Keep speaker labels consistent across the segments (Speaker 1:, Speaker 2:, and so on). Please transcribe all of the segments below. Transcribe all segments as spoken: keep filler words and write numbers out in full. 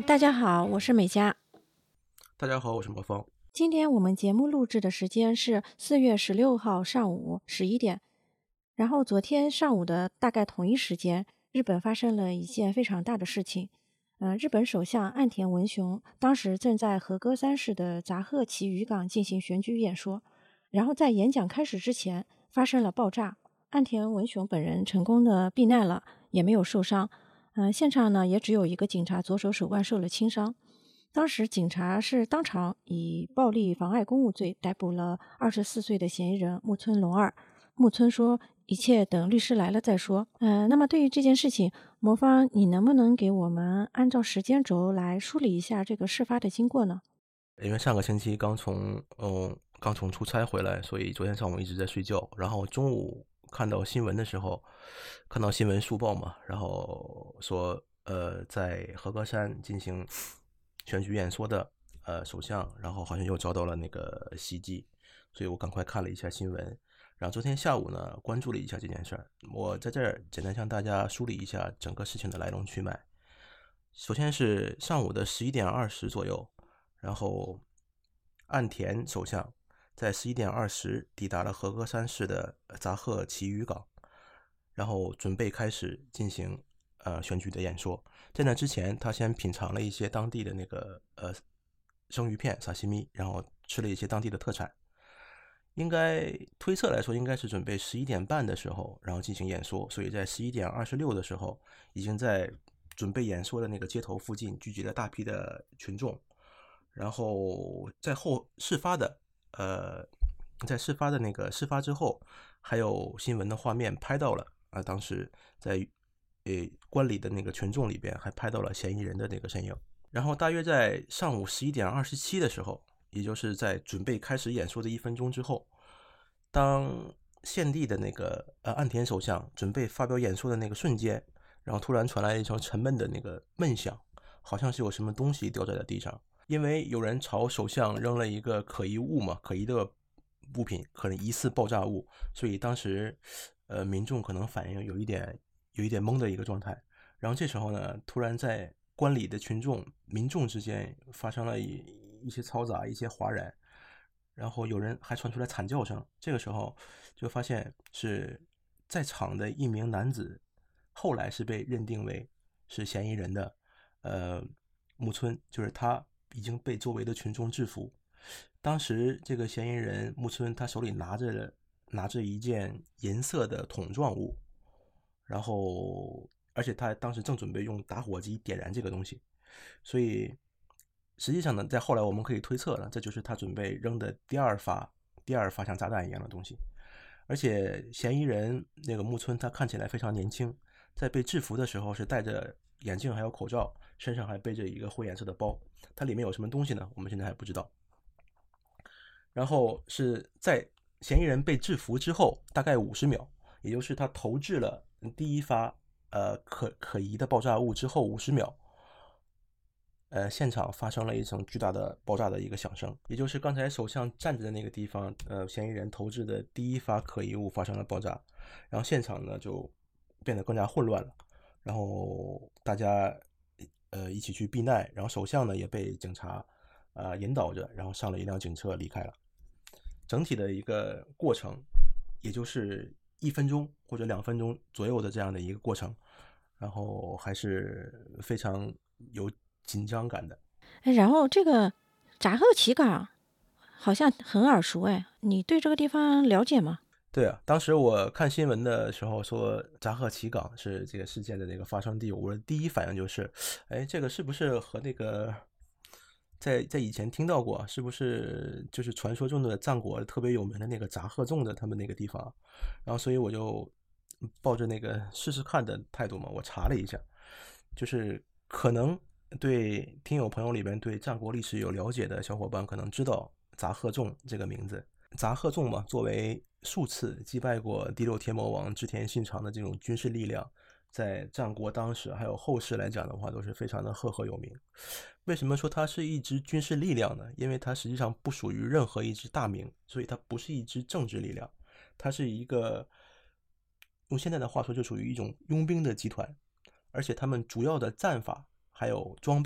Speaker 1: 大家好，我是美嘉。
Speaker 2: 大家好，我是魔方。
Speaker 1: 今天我们节目录制的时间是四月十六号上午十一点。然后昨天上午的大概同一时间，日本发生了一件非常大的事情。呃，日本首相岸田文雄当时正在和歌山市的杂贺崎渔港进行选举演说，然后在演讲开始之前发生了爆炸。岸田文雄本人成功的避难了，也没有受伤。呃，现场呢也只有一个警察左手手腕受了轻伤。当时警察是当场以暴力妨碍公务罪逮捕了二十四岁的嫌疑人木村隆二。木村说一切等律师来了再说。呃，那么对于这件事情，魔方你能不能给我们按照时间轴来梳理一下这个事发的经过呢？
Speaker 2: 因为上个星期刚从嗯刚从出差回来，所以昨天上午一直在睡觉。然后中午看到新闻的时候，看到新闻速报嘛，然后说呃在和歌山进行选举演说的呃首相，然后好像又遭到了那个袭击，所以我赶快看了一下新闻。然后昨天下午呢，关注了一下这件事儿。我在这儿简单向大家梳理一下整个事情的来龙去脉。首先是上午的十一点二十左右，然后岸田首相在十一点二十抵达了和歌山市的杂贺崎渔港，然后准备开始进行呃选举的演说。在那之前，他先品尝了一些当地的那个呃生鱼片沙西米，然后吃了一些当地的特产。应该推测来说，应该是准备十一点半的时候，然后进行演说。所以在十一点二十六的时候，已经在准备演说的那个街头附近聚集了大批的群众。然后在后事发的呃，在事发的那个事发之后，还有新闻的画面拍到了啊，当时在呃观礼的那个群众里边还拍到了嫌疑人的那个身影。然后大约在上午十一点二十七的时候，也就是在准备开始演说的一分钟之后，当献帝的那个呃岸田首相准备发表演说的那个瞬间，然后突然传来一声沉闷的那个闷响，好像是有什么东西掉在了地上。因为有人朝首相扔了一个可疑物嘛，可疑的物品，可能疑似爆炸物，所以当时呃民众可能反应有一点有一点懵的一个状态。然后这时候呢，突然在观礼的群众民众之间发生了一一些嘈杂，一些哗然，然后有人还传出来惨叫声。这个时候就发现是在场的一名男子，后来是被认定为是嫌疑人的呃木村，就是他已经被周围的群众制服。当时这个嫌疑人木村他手里拿着拿着一件银色的桶状物，然后而且他当时正准备用打火机点燃这个东西，所以实际上呢，在后来我们可以推测了，这就是他准备扔的第二发第二发像炸弹一样的东西。而且嫌疑人那个木村他看起来非常年轻，在被制服的时候是戴着眼镜还有口罩，身上还背着一个灰颜色的包，它里面有什么东西呢？我们现在还不知道。然后是在嫌疑人被制服之后大概五十秒，也就是他投掷了第一发呃可可疑的爆炸物之后五十秒，呃，现场发生了一声巨大的爆炸的一个响声，也就是刚才首相站着的那个地方，呃，嫌疑人投掷的第一发可疑物发生了爆炸，然后现场呢就变得更加混乱了，然后大家呃一起去避难，然后首相呢也被警察呃引导着，然后上了一辆警车离开了。整体的一个过程，也就是一分钟或者两分钟左右的这样的一个过程，然后还是非常有紧张感的。
Speaker 1: 哎，然后这个杂贺崎港好像很耳熟，哎，你对这个地方了解吗？
Speaker 2: 对啊，当时我看新闻的时候说杂贺崎港是这个事件的这个发生地，我的第一反应就是，哎，这个是不是和那个在在以前听到过，是不是就是传说中的战国特别有名的那个杂贺众的他们那个地方？然后所以我就抱着那个试试看的态度嘛，我查了一下，就是可能对听友朋友里边对战国历史有了解的小伙伴可能知道杂贺众这个名字。杂贺众嘛，作为数次击败过第六天魔王织田信长的这种军事力量，在战国当时还有后世来讲的话，都是非常的赫赫有名。为什么说它是一支军事力量呢？因为它实际上不属于任何一支大名，所以它不是一支政治力量，它是一个用现在的话说就属于一种佣兵的集团，而且他们主要的战法还有装备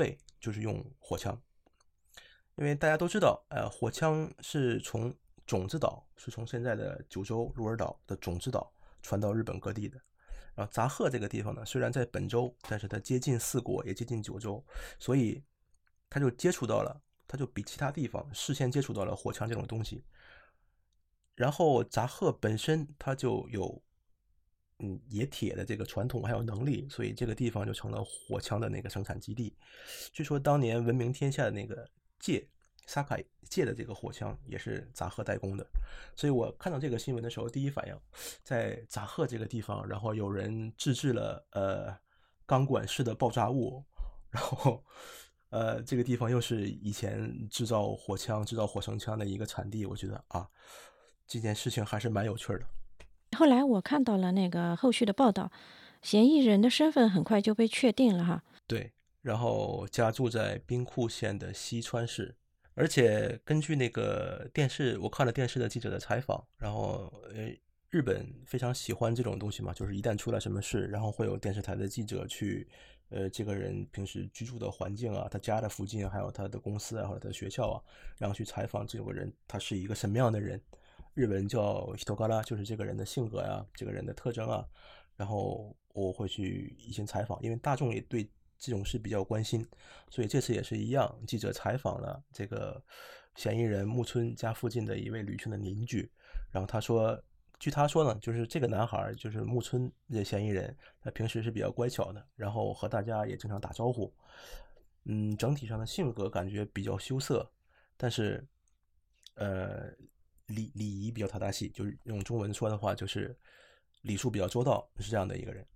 Speaker 2: 就是用火枪，因为大家都知道，呃，火枪是从种子岛，是从现在的九州鹿儿岛的种子岛传到日本各地的。然后杂贺这个地方呢，虽然在本州，但是它接近四国，也接近九州，所以它就接触到了，它就比其他地方事先接触到了火枪这种东西。然后杂贺本身它就有嗯冶铁的这个传统还有能力，所以这个地方就成了火枪的那个生产基地。据说当年闻名天下的那个界萨卡界的这个火枪也是杂贺代工的。所以我看到这个新闻的时候，第一反应，在杂贺这个地方，然后有人自制了呃钢管式的爆炸物，然后呃这个地方又是以前制造火枪、制造火绳枪的一个产地，我觉得啊，这件事情还是蛮有趣的。
Speaker 1: 后来我看到了那个后续的报道，嫌疑人的身份很快就被确定了哈。
Speaker 2: 对，然后家住在兵库县的西川市。而且根据那个电视，我看了电视的记者的采访，然后呃，日本非常喜欢这种东西嘛，就是一旦出了什么事，然后会有电视台的记者去，呃，这个人平时居住的环境啊，他家的附近，还有他的公司啊，或者他的学校啊，然后去采访这个人，他是一个什么样的人。日本叫 hitogara，就是这个人的性格呀、这个人的特征啊，然后我会去一些采访，因为大众也对这种事比较关心，所以这次也是一样，记者采访了这个嫌疑人木村家附近的一位旅村的邻居，然后他说，据他说呢，就是这个男孩就是木村的嫌疑人，他平时是比较乖巧的，然后和大家也经常打招呼，嗯，整体上的性格感觉比较羞涩，但是呃礼礼仪比较塔达系，就是用中文说的话就是礼数比较周到，是这样的一个人。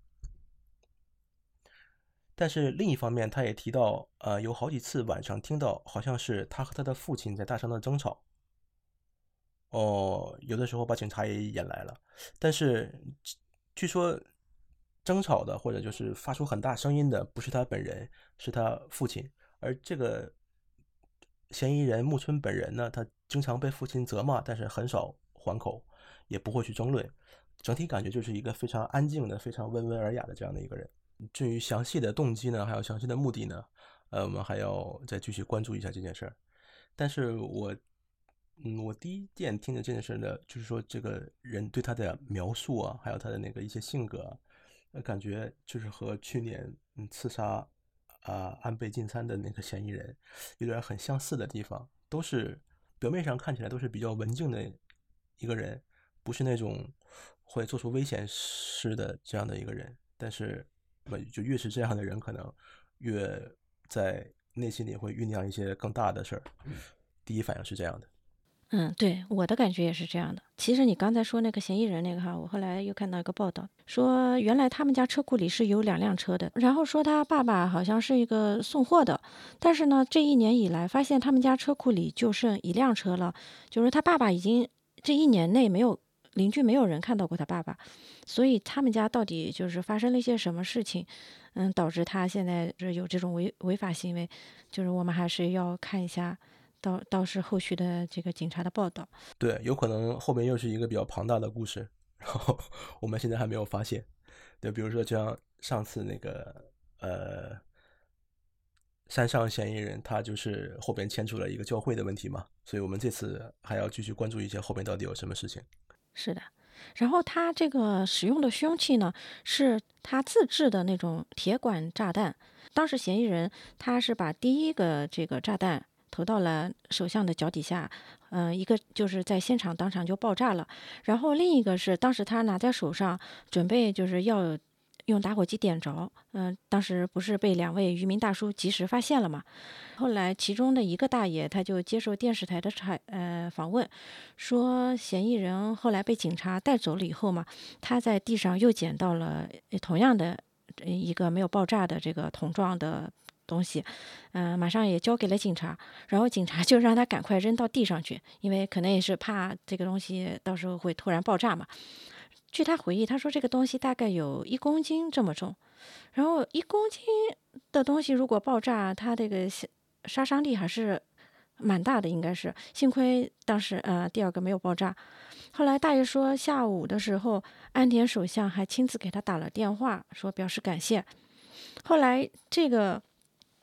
Speaker 2: 但是另一方面，他也提到，呃，有好几次晚上听到，好像是他和他的父亲在大声的争吵。哦，有的时候把警察也引来了，但是据说争吵的或者就是发出很大声音的不是他本人，是他父亲。而这个嫌疑人木村本人呢，他经常被父亲责骂，但是很少还口，也不会去争论。整体感觉就是一个非常安静的、非常温文尔雅的这样的一个人。至于详细的动机呢，还有详细的目的呢，呃，我们还要再继续关注一下这件事儿。但是我，嗯，我第一件听的这件事呢，就是说这个人对他的描述啊，还有他的那个一些性格啊，呃感觉就是和去年嗯刺杀啊、安倍晋三的那个嫌疑人有点很相似的地方，都是表面上看起来都是比较文静的一个人，不是那种会做出危险事的这样的一个人，但是就越是这样的人，可能越在内心里会酝酿一些更大的事儿。第一反应是这样的。
Speaker 1: 嗯，对，我的感觉也是这样的。其实你刚才说那个嫌疑人那个哈，我后来又看到一个报道，说原来他们家车库里是有两辆车的，然后说他爸爸好像是一个送货的，但是呢，这一年以来发现他们家车库里就剩一辆车了，就是他爸爸已经这一年内没有邻居没有人看到过他爸爸，所以他们家到底就是发生了一些什么事情，嗯，导致他现在是有这种违违法行为，就是我们还是要看一下。到到时后续的这个警察的报道。
Speaker 2: 对，有可能后面又是一个比较庞大的故事，然后我们现在还没有发现。对，比如说像上次那个呃山上嫌疑人，他就是后边牵出了一个教会的问题嘛，所以我们这次还要继续关注一下后面到底有什么事情。
Speaker 1: 是的，然后他这个使用的凶器呢，是他自制的那种铁管炸弹。当时嫌疑人他是把第一个这个炸弹投到了首相的脚底下，嗯、一个就是在现场当场就爆炸了，然后另一个是当时他拿在手上，准备就是要用打火机点着，嗯、当时不是被两位渔民大叔及时发现了嘛？后来其中的一个大爷他就接受电视台的采呃访问，说嫌疑人后来被警察带走了以后嘛，他在地上又捡到了呃同样的呃一个没有爆炸的这个桶状的东西，嗯、马上也交给了警察，然后警察就让他赶快扔到地上去，因为可能也是怕这个东西到时候会突然爆炸嘛。据他回忆，他说这个东西大概有一公斤这么重，然后一公斤的东西如果爆炸，它这个杀伤力还是蛮大的，应该是。幸亏当时呃第二个没有爆炸。后来大爷说，下午的时候，安田首相还亲自给他打了电话，说表示感谢。后来这个。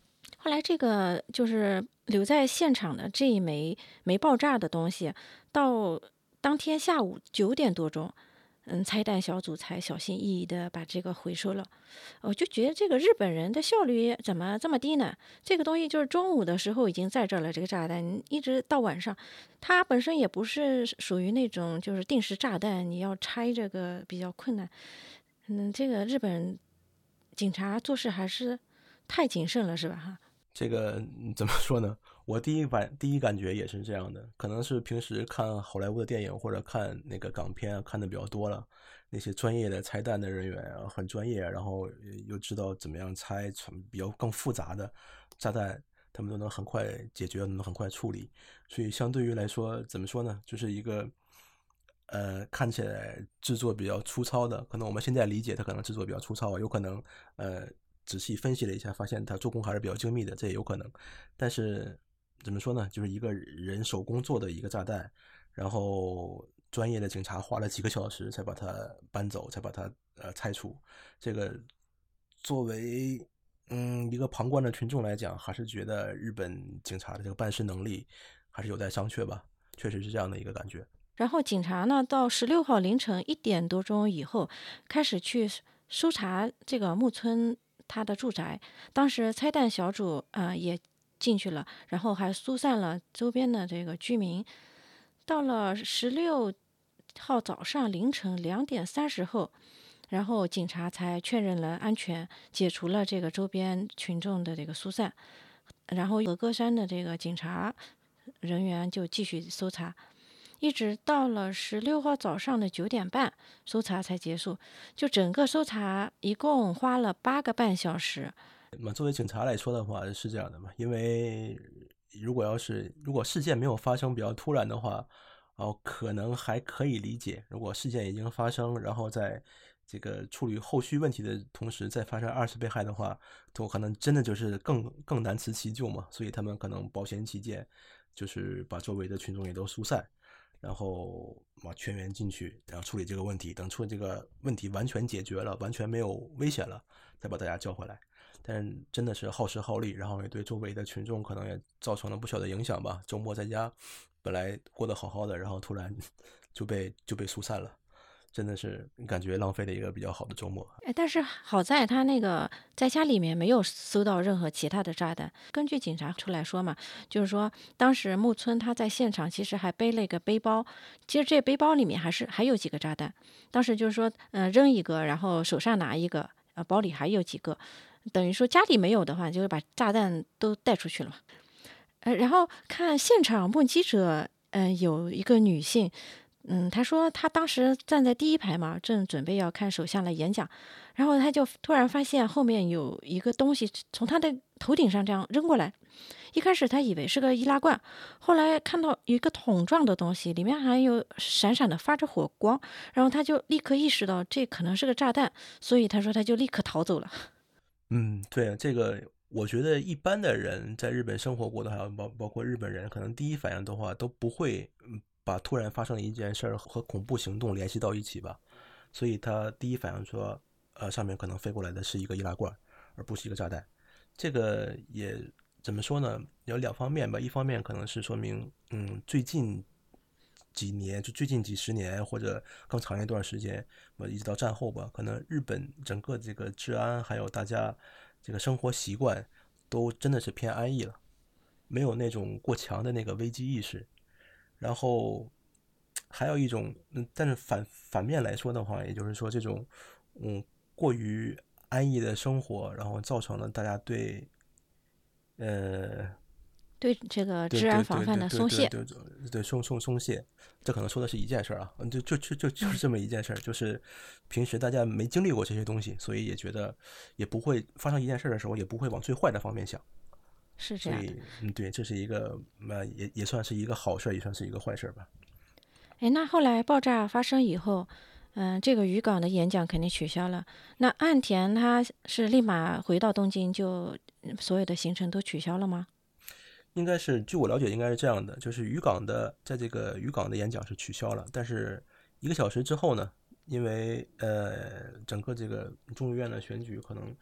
Speaker 1: 后来这个就是留在现场的这一枚没爆炸的东西，到当天下午九点多钟，嗯，拆弹小组才小心翼翼的把这个回收了。我就觉得这个日本人的效率怎么这么低呢？这个东西就是中午的时候已经在这儿了，这个炸弹一直到晚上，它本身也不是属于那种就是定时炸弹，你要拆这个比较困难。嗯，这个日本警察做事还是太谨慎了，是吧？哈。
Speaker 2: 这个怎么说呢？我第一感第一感觉也是这样的，可能是平时看好莱坞的电影或者看那个港片看的比较多了，那些专业的拆弹的人员啊很专业，然后又知道怎么样拆比较更复杂的炸弹，他们都能很快解决，能很快处理，所以相对于来说，怎么说呢？就是一个呃看起来制作比较粗糙的，可能我们现在理解它可能制作比较粗糙，有可能呃。仔细分析了一下，发现它做工还是比较精密的，这也有可能。但是怎么说呢？就是一个人手工做的一个炸弹，然后专业的警察花了几个小时才把它搬走，才把它呃拆除。这个作为嗯一个旁观的群众来讲，还是觉得日本警察的这个办事能力还是有待商榷吧。确实是这样的一个感觉。
Speaker 1: 然后警察呢，到十六号凌晨一点多钟以后，开始去搜查这个木村他的住宅。当时拆弹小组啊、呃、也进去了，然后还疏散了周边的这个居民。到了十六号早上凌晨两点三十后，然后警察才确认了安全，解除了这个周边群众的这个疏散。然后和歌山的这个警察人员就继续搜查。一直到了十六号早上的九点半，搜查才结束。就整个搜查一共花了八个半小时。
Speaker 2: 那作为警察来说的话，是这样的嘛？因为如果要是如果事件没有发生比较突然的话，哦，可能还可以理解。如果事件已经发生，然后在这个处理后续问题的同时再发生二次被害的话，都可能真的就是更更难辞其咎嘛。所以他们可能保险起见，就是把周围的群众也都疏散。然后嘛，全员进去，然后处理这个问题。等出这个问题完全解决了，完全没有危险了，再把大家叫回来。但真的是耗时耗力，然后也对周围的群众可能也造成了不小的影响吧。周末在家本来过得好好的，然后突然就被就被疏散了，真的是感觉浪费了一个比较好的周末。
Speaker 1: 哎，但是好在他那个在家里面没有搜到任何其他的炸弹。根据警察出来说嘛，就是说当时木村他在现场其实还背了一个背包，其实这背包里面还是还有几个炸弹。当时就是说，嗯、呃，扔一个，然后手上拿一个，呃，包里还有几个，等于说家里没有的话，就是把炸弹都带出去了嘛。呃，然后看现场目击者，嗯、呃，有一个女性。嗯，他说他当时站在第一排嘛，正准备要看首相的演讲，然后他就突然发现后面有一个东西从他的头顶上这样扔过来。一开始他以为是个易拉罐，后来看到一个桶状的东西，里面还有闪闪的发着火光，然后他就立刻意识到这可能是个炸弹，所以他说他就立刻逃走了。
Speaker 2: 嗯，对，这个我觉得一般的人在日本生活过的，还有包包括日本人，可能第一反应的话都不会嗯把突然发生的一件事儿和恐怖行动联系到一起吧，所以他第一反应说，呃，上面可能飞过来的是一个易拉罐，而不是一个炸弹。这个也怎么说呢？有两方面吧，一方面可能是说明，嗯，最近几年，就最近几十年或者更长一段时间，一直到战后吧，可能日本整个这个治安还有大家这个生活习惯都真的是偏安逸了，没有那种过强的那个危机意识。然后还有一种，嗯，但是反反面来说的话，也就是说这种，嗯，过于安逸的生活，然后造成了大家对，呃，
Speaker 1: 对这个治安
Speaker 2: 对对
Speaker 1: 防范
Speaker 2: 对对对
Speaker 1: 的松懈。
Speaker 2: 对对对对松松松懈，这可能说的是一件事儿啊，就就就就就是这么一件事儿，就是平时大家没经历过这些东西，所以也觉得也不会发生一件事的时候，也不会往最坏的方面想。
Speaker 1: 是这样的。
Speaker 2: 所以，嗯，对，这是一个，呃，也也算是一个好事儿，也算是一个坏事儿吧。
Speaker 1: 哎，那后来爆炸发生以后，嗯、这个渔港的演讲肯定取消了。那岸田他是立马回到东京就，嗯所有的行程都取消了吗？
Speaker 2: 应该是，据我了解，应该是这样的，就是渔港的，在这个渔港的演讲是取消了，但是一个小时之后呢，因为呃，整个这个众议院的选举可能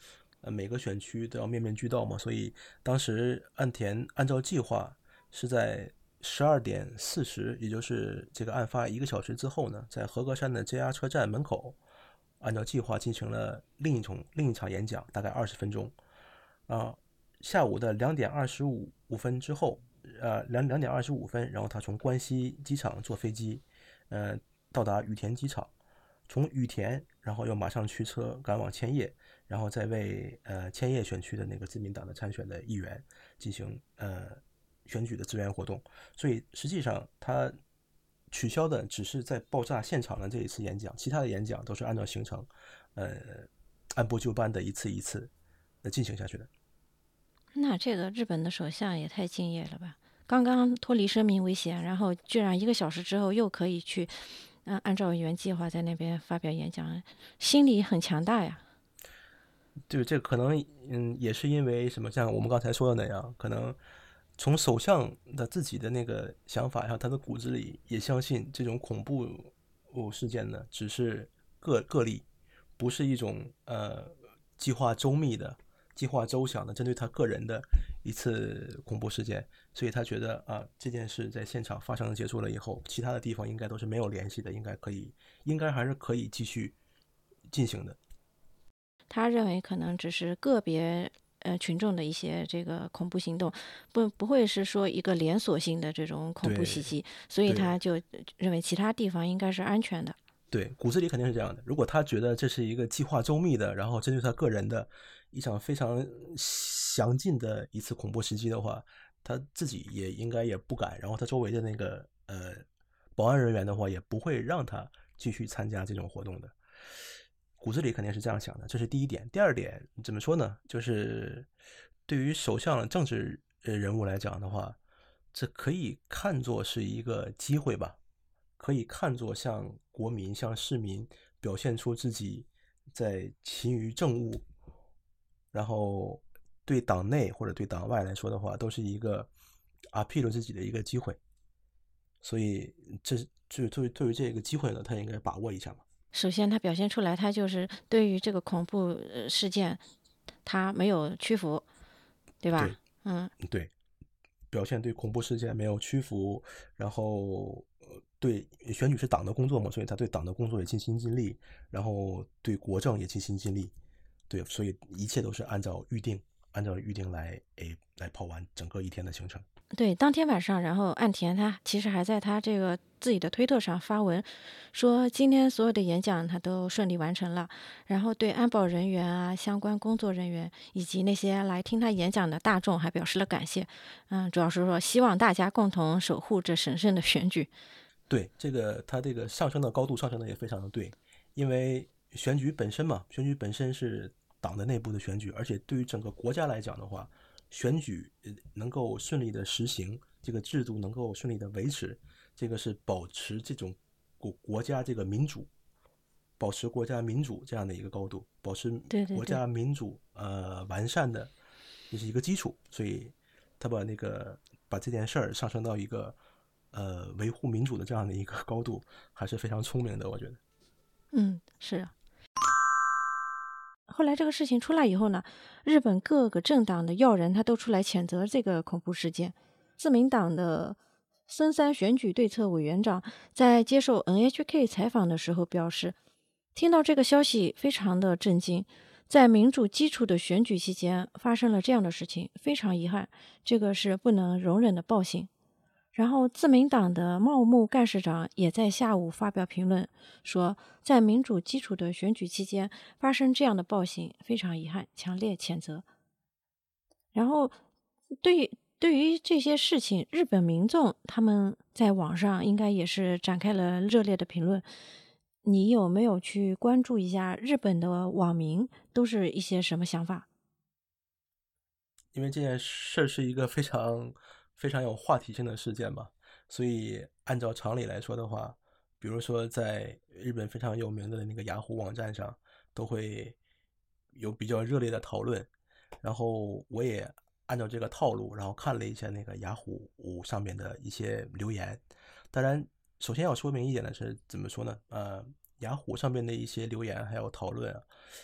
Speaker 2: 呃每个选区都要面面俱到嘛，所以当时岸田按照计划是在十二点四十，也就是这个案发一个小时之后呢，在和歌山的 J R 车站门口，按照计划进行了另一种另一场演讲，大概二十分钟。啊，下午的两点二十五五分之后，呃，两两点二十五分，然后他从关西机场坐飞机，呃，到达羽田机场，从羽田，然后又马上驱车赶往千叶，然后再为呃千叶选区的那个自民党的参选的议员进行呃选举的支援活动。所以实际上他取消的只是在爆炸现场的这一次演讲，其他的演讲都是按照行程，呃，按部就班的一次一次的进行下去的。
Speaker 1: 那这个日本的首相也太敬业了吧！刚刚脱离生命危险，然后居然一个小时之后又可以去，嗯、按照原计划在那边发表演讲，心理很强大呀。
Speaker 2: 对，这可能嗯也是因为什么，像我们刚才说的那样，可能从首相的自己的那个想法，还有他的骨子里也相信这种恐怖事件呢，只是个个例，不是一种呃计划周密的、计划周详的针对他个人的一次恐怖事件，所以他觉得啊、这件事在现场发生结束了以后，其他的地方应该都是没有联系的，应该可以，应该还是可以继续进行的。
Speaker 1: 他认为可能只是个别呃群众的一些这个恐怖行动，不不会是说一个连锁性的这种恐怖袭
Speaker 2: 对
Speaker 1: 击，所以
Speaker 2: 对
Speaker 1: 他就认为其他地方应该是安全的。
Speaker 2: 对，骨子里肯定是这样的。如果他觉得这是一个计划周密的，然后针对他个人的一场非常详尽的一次恐怖袭击的话，他自己也应该也不敢，然后他周围的那个呃保安人员的话，也不会让他继续参加这种活动的。骨子里肯定是这样想的，这是第一点。第二点怎么说呢？就是对于首相政治人物来讲的话，这可以看作是一个机会吧。可以看作向国民、向市民表现出自己在勤于政务，然后对党内或者对党外来说的话，都是一个 appeal 自己的一个机会。所以这这对对于这个机会呢，他应该把握一下嘛。
Speaker 1: 首先，他表现出来，他就是对于这个恐怖呃事件，他没有屈服，对吧？
Speaker 2: 对
Speaker 1: 嗯，
Speaker 2: 对，表现对恐怖事件没有屈服，然后呃对选举是党的工作嘛，所以他对党的工作也尽心尽力，然后对国政也尽心尽力，对，所以一切都是按照预定，按照预定来诶来跑完整个一天的行程。
Speaker 1: 对，当天晚上，然后岸田他其实还在他这个自己的推特上发文，说今天所有的演讲他都顺利完成了，然后对安保人员啊、相关工作人员以及那些来听他演讲的大众还表示了感谢。嗯，主要是说希望大家共同守护这神圣的选举。
Speaker 2: 对，这个他这个上升的高度上升的也非常的对，因为选举本身嘛，选举本身是党的内部的选举，而且对于整个国家来讲的话，选举呃能够顺利的实行，这个制度能够顺利的维持，这个是保持这种国国家这个民主，保持国家民主这样的一个高度，保持
Speaker 1: 对对对。
Speaker 2: 国家民主呃完善的，这是一个基础，所以他把那个把这件事儿上升到一个呃维护民主的这样的一个高度，还是非常聪明的，我觉得。
Speaker 1: 嗯，是啊。后来这个事情出来以后呢，日本各个政党的要人他都出来谴责这个恐怖事件。自民党的森山选举对策委员长在接受 N H K 采访的时候表示，听到这个消息非常的震惊，在民主基础的选举期间发生了这样的事情，非常遗憾，这个是不能容忍的暴行。然后，自民党的茂木干事长也在下午发表评论，说在民主基础的选举期间发生这样的暴行，非常遗憾，强烈谴责。然后，对于对于这些事情，日本民众他们在网上应该也是展开了热烈的评论。你有没有去关注一下日本的网民都是一些什么想法？
Speaker 2: 因为这件事是一个非常非常有话题性的事件嘛，所以按照常理来说的话，比如说在日本非常有名的那个雅虎网站上，都会有比较热烈的讨论。然后我也按照这个套路，然后看了一下那个雅虎上面的一些留言。当然，首先要说明一点的是，怎么说呢？呃，雅虎上面的一些留言还有讨论啊，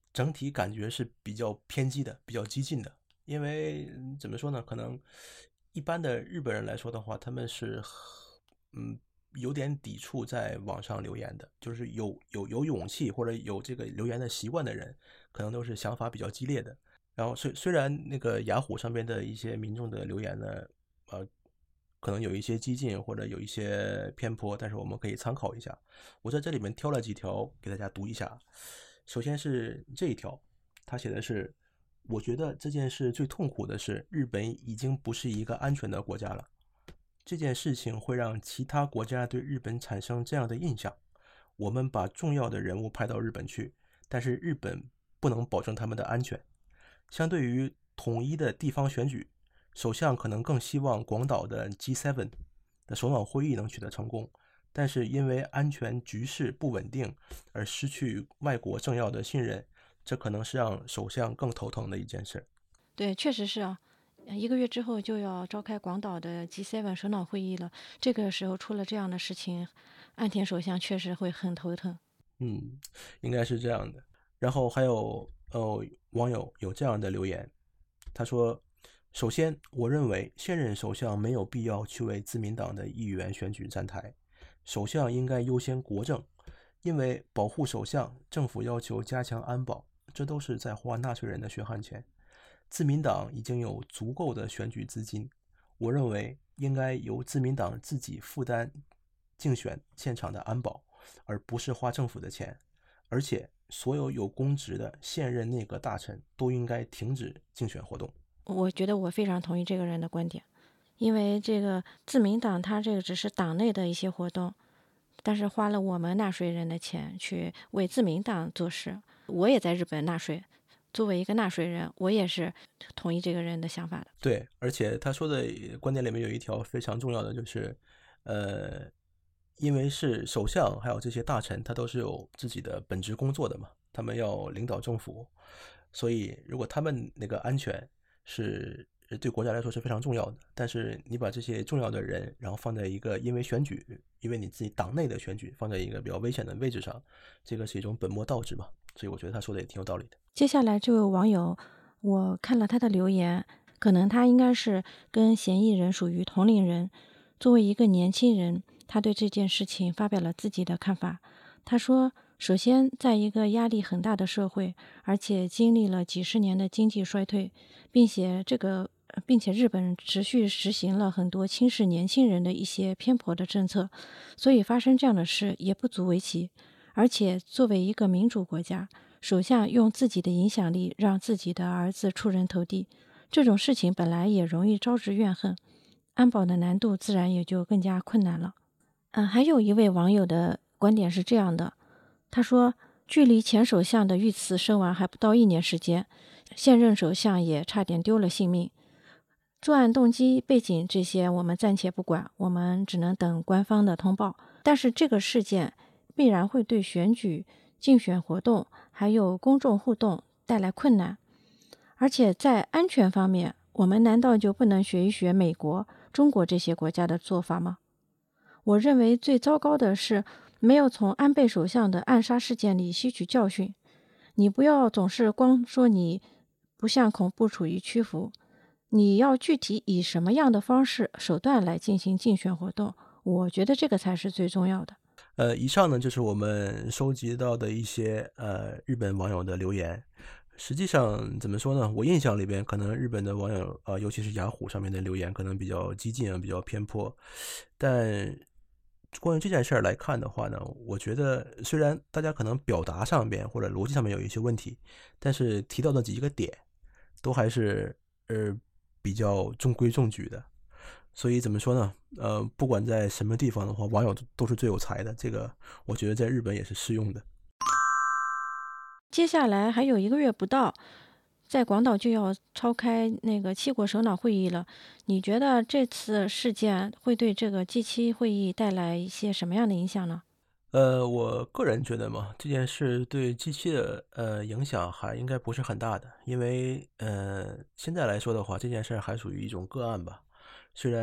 Speaker 2: 整体感觉是比较偏激的，比较激进的。因为怎么说呢，可能一般的日本人来说的话，他们是嗯有点抵触在网上留言的，就是有有有勇气或者有这个留言的习惯的人，可能都是想法比较激烈的。然后虽虽然那个雅虎上面的一些民众的留言呢，呃，可能有一些激进或者有一些偏颇，但是我们可以参考一下。我在这里面挑了几条给大家读一下。首先是这一条，他写的是：我觉得这件事最痛苦的是，日本已经不是一个安全的国家了。这件事情会让其他国家对日本产生这样的印象：我们把重要的人物派到日本去，但是日本不能保证他们的安全。相对于统一的地方选举，首相可能更希望广岛的 G 七 的首脑会议能取得成功，但是因为安全局势不稳定而失去外国政要的信任，这可能是让首相更头疼的一件事。
Speaker 1: 对，确实是啊，一个月之后就要召开广岛的 G 七 首脑会议了，这个时候出了这样的事情，岸田首相确实会很头疼。
Speaker 2: 嗯，应该是这样的。然后还有呃网友有这样的留言，他说：首先，我认为现任首相没有必要去为自民党的议员选举站台，首相应该优先国政，因为保护首相，政府要求加强安保，这都是在花纳税人的血汗钱。自民党已经有足够的选举资金，我认为应该由自民党自己负担竞选现场的安保，而不是花政府的钱。而且，所有有公职的现任内阁大臣都应该停止竞选活动。
Speaker 1: 我觉得我非常同意这个人的观点，因为这个自民党它这个只是党内的一些活动，但是花了我们纳税人的钱去为自民党做事。我也在日本纳税，作为一个纳税人，我也是同意这个人的想法的。
Speaker 2: 对，而且他说的观点里面有一条非常重要的，就是呃因为是首相还有这些大臣，他都是有自己的本职工作的嘛，他们要领导政府，所以如果他们那个安全是对国家来说是非常重要的，但是你把这些重要的人，然后放在一个因为选举，因为你自己党内的选举放在一个比较危险的位置上，这个是一种本末倒置嘛，所以我觉得他说的也挺有道理的。
Speaker 1: 接下来这位网友，我看了他的留言，可能他应该是跟嫌疑人属于同龄人。作为一个年轻人，他对这件事情发表了自己的看法。他说，首先，在一个压力很大的社会，而且经历了几十年的经济衰退，并且这个并且日本持续实行了很多轻视年轻人的一些偏颇的政策，所以发生这样的事也不足为奇。而且作为一个民主国家，首相用自己的影响力让自己的儿子出人头地，这种事情本来也容易招致怨恨，安保的难度自然也就更加困难了。嗯，还有一位网友的观点是这样的，他说，距离前首相的遇刺身亡还不到一年时间，现任首相也差点丢了性命。作案动机、背景这些我们暂且不管，我们只能等官方的通报。但是这个事件必然会对选举、竞选活动还有公众互动带来困难。而且在安全方面，我们难道就不能学一学美国、中国这些国家的做法吗？我认为最糟糕的是没有从安倍首相的暗杀事件里吸取教训。你不要总是光说你不向恐怖主义屈服，你要具体以什么样的方式、手段来进行竞选活动，我觉得这个才是最重要的。
Speaker 2: 呃，以上呢就是我们收集到的一些呃日本网友的留言。实际上怎么说呢？我印象里边，可能日本的网友呃，尤其是雅虎上面的留言，可能比较激进啊，比较偏颇。但关于这件事儿来看的话呢，我觉得虽然大家可能表达上边或者逻辑上面有一些问题，但是提到的几个点都还是呃比较中规中矩的。所以怎么说呢？呃，不管在什么地方的话，网友都是最有才的。这个我觉得在日本也是适用的。
Speaker 1: 接下来还有一个月不到，在广岛就要召开那个七国首脑会议了。你觉得这次事件会对这个 G 七 会议带来一些什么样的影响呢？
Speaker 2: 呃，我个人觉得嘛，这件事对 G 七 的呃影响还应该不是很大的，因为呃现在来说的话，这件事还属于一种个案吧。虽然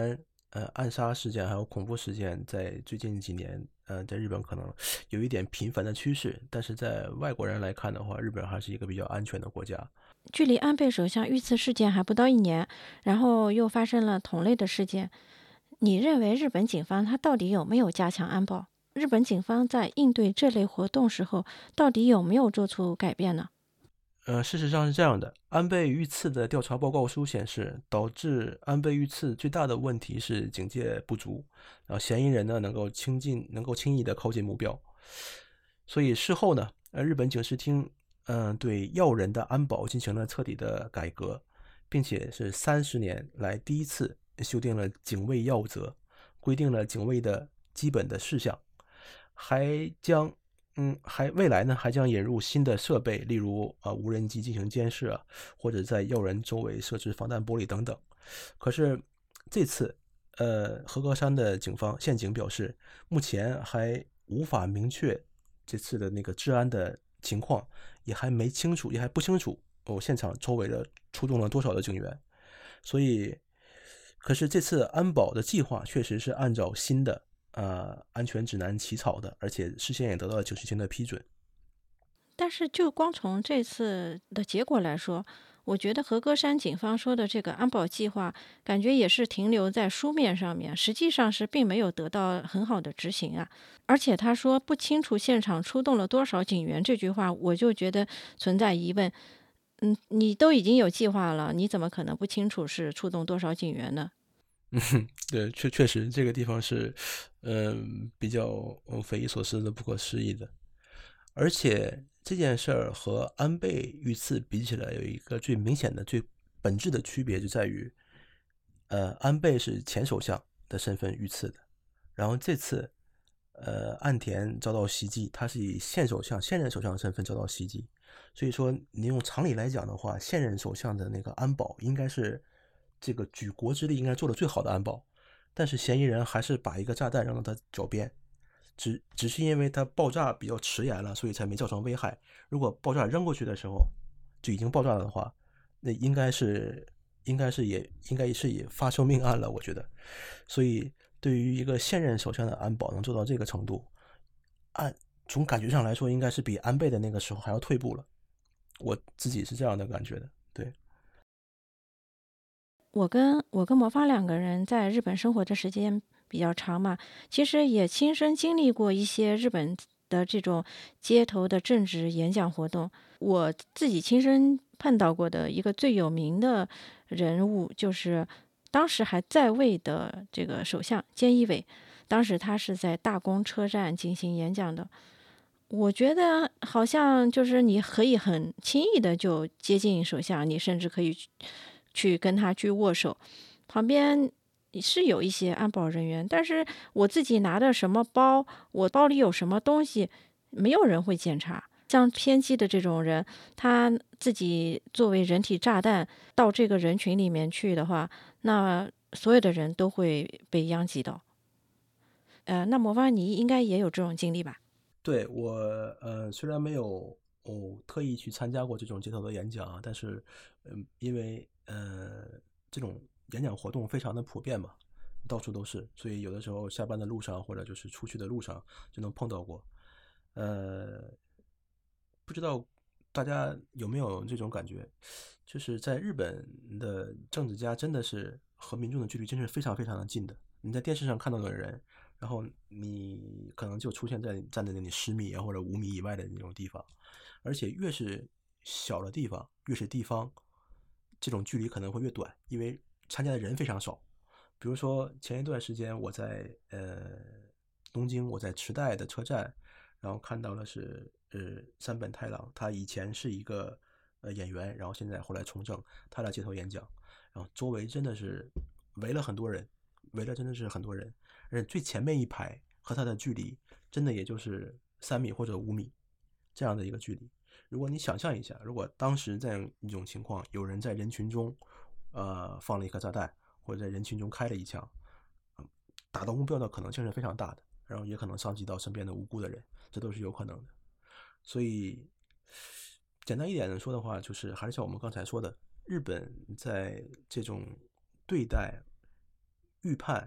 Speaker 2: 呃暗杀事件还有恐怖事件在最近几年，呃，在日本可能有一点频繁的趋势，但是在外国人来看的话，日本还是一个比较安全的国家。
Speaker 1: 距离安倍首相遇刺事件还不到一年，然后又发生了同类的事件，你认为日本警方他到底有没有加强安保？日本警方在应对这类活动时候，到底有没有做出改变呢？
Speaker 2: 呃，事实上是这样的，安倍遇刺的调查报告书显示，导致安倍遇刺最大的问题是警戒不足，然后嫌疑人呢能够轻近，能够轻易的靠近目标。所以事后呢，呃，日本警视厅嗯、呃、对要人的安保进行了彻底的改革，并且是三十年来第一次修订了警卫要则，规定了警卫的基本的事项，还将嗯，还未来呢，还将引入新的设备，例如啊、呃、无人机进行监视啊，或者在要人周围设置防弹玻璃等等。可是这次，呃，和歌山的警方县警表示，目前还无法明确这次的那个治安的情况，也还没清楚，也还不清楚哦，现场周围的出动了多少的警员。所以，可是这次安保的计划确实是按照新的呃安全指南起草的，而且事先也得到了警视厅的批准。
Speaker 1: 但是就光从这次的结果来说，我觉得和歌山警方说的这个安保计划，感觉也是停留在书面上面，实际上是并没有得到很好的执行啊。而且他说不清楚现场出动了多少警员这句话，我就觉得存在疑问。嗯，你都已经有计划了，你怎么可能不清楚是出动多少警员呢？
Speaker 2: 嗯，对，确确实这个地方是，嗯、呃比较呃匪夷所思的、不可思议的。而且这件事儿和安倍遇刺比起来，有一个最明显的、最本质的区别，就在于，呃，安倍是前首相的身份遇刺的，然后这次，呃，岸田遭到袭击，他是以现首相、现任首相的身份遭到袭击，所以说，你用常理来讲的话，现任首相的那个安保应该是这个举国之力应该做的最好的安保，但是嫌疑人还是把一个炸弹扔到他脚边，只只是因为它爆炸比较迟延了，所以才没造成危害。如果爆炸扔过去的时候就已经爆炸了的话，那应该是应该是也应该是也发生命案了，我觉得。所以对于一个现任首相的安保能做到这个程度，按从感觉上来说，应该是比安倍的那个时候还要退步了。我自己是这样的感觉的，对。
Speaker 1: 我跟我跟魔方两个人在日本生活的时间比较长嘛，其实也亲身经历过一些日本的这种街头的政治演讲活动。我自己亲身碰到过的一个最有名的人物，就是当时还在位的这个首相菅义伟。当时他是在大宫车站进行演讲的。我觉得好像就是你可以很轻易的就接近首相，你甚至可以去去跟他去握手。旁边是有一些安保人员，但是我自己拿的什么包，我包里有什么东西，没有人会检查。像偏激的这种人，他自己作为人体炸弹到这个人群里面去的话，那所有的人都会被殃及到。呃，那魔方你应该也有这种经历吧？
Speaker 2: 对，我呃虽然没有哦特意去参加过这种街头的演讲啊，但是嗯，因为呃这种演讲活动非常的普遍嘛，到处都是，所以有的时候下班的路上或者就是出去的路上就能碰到过。呃，不知道大家有没有这种感觉，就是在日本的政治家真的是和民众的距离真是非常非常的近的。你在电视上看到的人，然后你可能就出现在站在那里十米啊或者五米以外的那种地方，而且越是小的地方，越是地方，这种距离可能会越短，因为参加的人非常少。比如说前一段时间我在呃东京，我在池袋的车站，然后看到的是呃山本太郎，他以前是一个呃演员，然后现在后来从政，他来街头演讲，然后周围真的是围了很多人，围了真的是很多人，而且最前面一排和他的距离真的也就是三米或者五米这样的一个距离。如果你想象一下，如果当时这样一种情况，有人在人群中呃放了一颗炸弹，或者在人群中开了一枪，打到目标的可能性是非常大的，然后也可能伤及到身边的无辜的人，这都是有可能的。所以，简单一点的说的话，就是还是像我们刚才说的，日本在这种对待、预判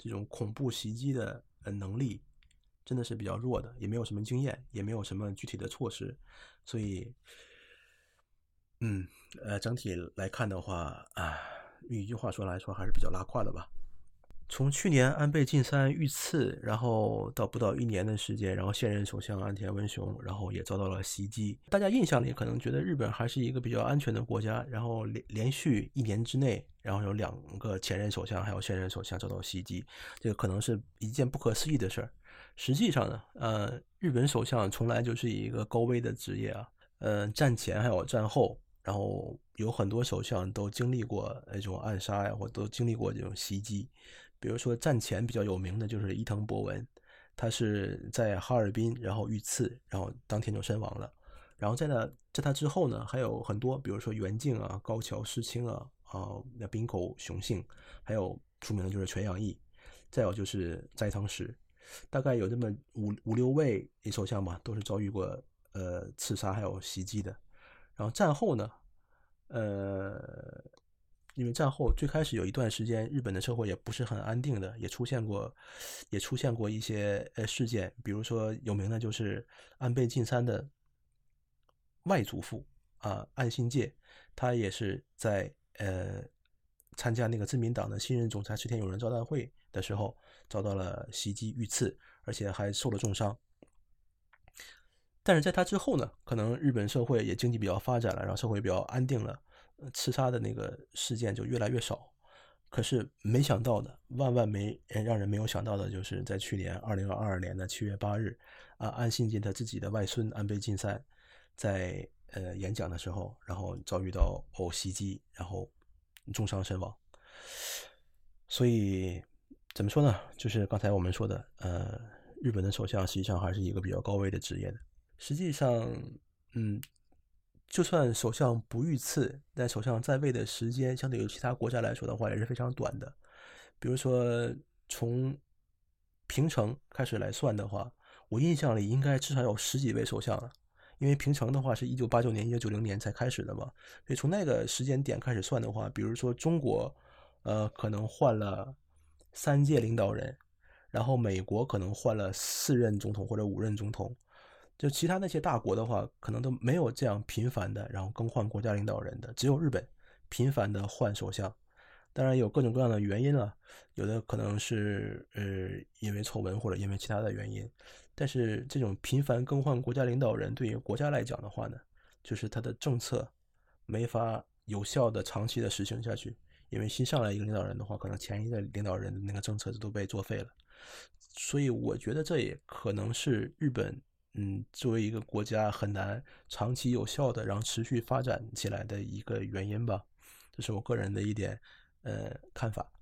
Speaker 2: 这种恐怖袭击的呃能力真的是比较弱的，也没有什么经验，也没有什么具体的措施，所以，嗯，呃，整体来看的话啊，用一句话说来说还是比较拉胯的吧。从去年安倍晋三遇刺，然后到不到一年的时间，然后现任首相岸田文雄，然后也遭到了袭击。大家印象里可能觉得日本还是一个比较安全的国家，然后连连续一年之内，然后有两个前任首相还有现任首相遭到袭击，这个可能是一件不可思议的事儿。实际上呢，呃，日本首相从来就是一个高危的职业啊，呃，战前还有战后，然后有很多首相都经历过那种暗杀呀，或都经历过这种袭击。比如说战前比较有名的就是伊藤博文，他是在哈尔滨然后遇刺，然后当天就身亡了。然后在那在他之后呢，还有很多，比如说袁敬啊、高桥诗清啊、啊那滨口雄信，还有出名的就是全养义，再有就是斋藤实，大概有这么五五六位首相吧，都是遭遇过呃刺杀还有袭击的。然后战后呢，呃。因为战后最开始有一段时间，日本的社会也不是很安定的，也出现过，也出现过一些呃事件，比如说有名的就是安倍晋三的外祖父啊岸信介，他也是在呃参加那个自民党的新任总裁池田勇人招待会的时候遭到了袭击遇刺，而且还受了重伤。但是在他之后呢，可能日本社会也经济比较发展了，然后社会比较安定了，刺杀的那个事件就越来越少。可是没想到的，万万没让人没有想到的，就是在去年二零二二年的七月八日，啊，岸信介他自己的外孙安倍晋三在呃演讲的时候，然后遭遇到哦袭击，然后重伤身亡。所以怎么说呢？就是刚才我们说的，呃，日本的首相实际上还是一个比较高危的职业的。实际上，嗯。就算首相不遇刺，但首相在位的时间相对于其他国家来说的话也是非常短的。比如说从平成开始来算的话，我印象里应该至少有十几位首相了，因为平成的话是一九八九年、一九九零年才开始的嘛，所以从那个时间点开始算的话，比如说中国，呃，可能换了三届领导人，然后美国可能换了四任总统或者五任总统。就其他那些大国的话，可能都没有这样频繁的，然后更换国家领导人的，只有日本频繁的换首相。当然有各种各样的原因了，有的可能是呃因为丑闻或者因为其他的原因，但是这种频繁更换国家领导人对于国家来讲的话呢，就是他的政策没法有效的长期的实行下去，因为新上来一个领导人的话，可能前一个领导人的那个政策都被作废了。所以我觉得这也可能是日本。嗯，作为一个国家很难长期有效的让持续发展起来的一个原因吧，这是我个人的一点呃看法。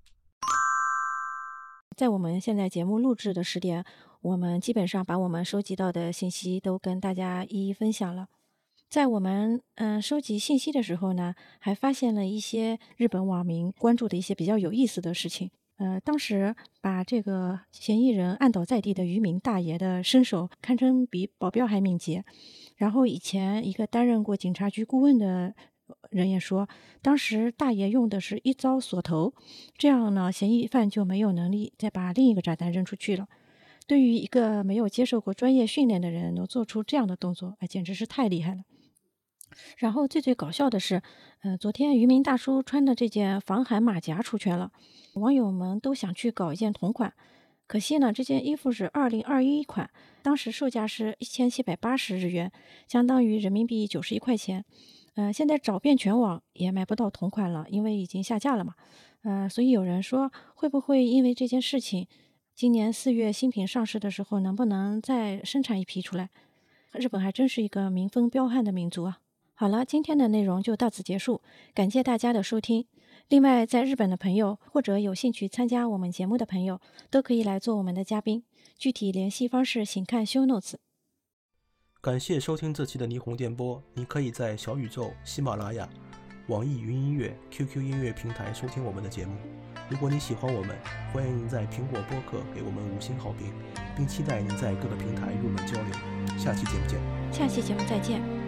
Speaker 1: 在我们现在节目录制的时点，我们基本上把我们收集到的信息都跟大家一一分享了。在我们嗯、呃、收集信息的时候呢，还发现了一些日本网民关注的一些比较有意思的事情。呃，当时把这个嫌疑人按倒在地的渔民大爷的身手堪称比保镖还敏捷。然后以前一个担任过警察局顾问的人也说，当时大爷用的是一招锁头，这样呢，嫌疑犯就没有能力再把另一个炸弹扔出去了。对于一个没有接受过专业训练的人能做出这样的动作，哎，简直是太厉害了。然后最最搞笑的是，呃，昨天渔民大叔穿的这件防寒马甲出圈了，网友们都想去搞一件同款。可惜呢，这件衣服是二零二一款，当时售价是一千七百八十日元，相当于人民币九十一块钱。呃，现在找遍全网也买不到同款了，因为已经下架了嘛。呃，所以有人说，会不会因为这件事情，今年四月新品上市的时候，能不能再生产一批出来？日本还真是一个民风彪悍的民族啊。好了，今天的内容就到此结束，感谢大家的收听。另外，在日本的朋友或者有兴趣参加我们节目的朋友，都可以来做我们的嘉宾。具体联系方式请看 show notes。
Speaker 2: 感谢收听这期的霓虹电波，你可以在小宇宙、喜马拉雅、网易云音乐、Q Q 音乐平台收听我们的节目。如果你喜欢我们，欢迎在苹果播客给我们五星好评，并期待您在各个平台与我们交流。下期节目见。
Speaker 1: 下期节目再见。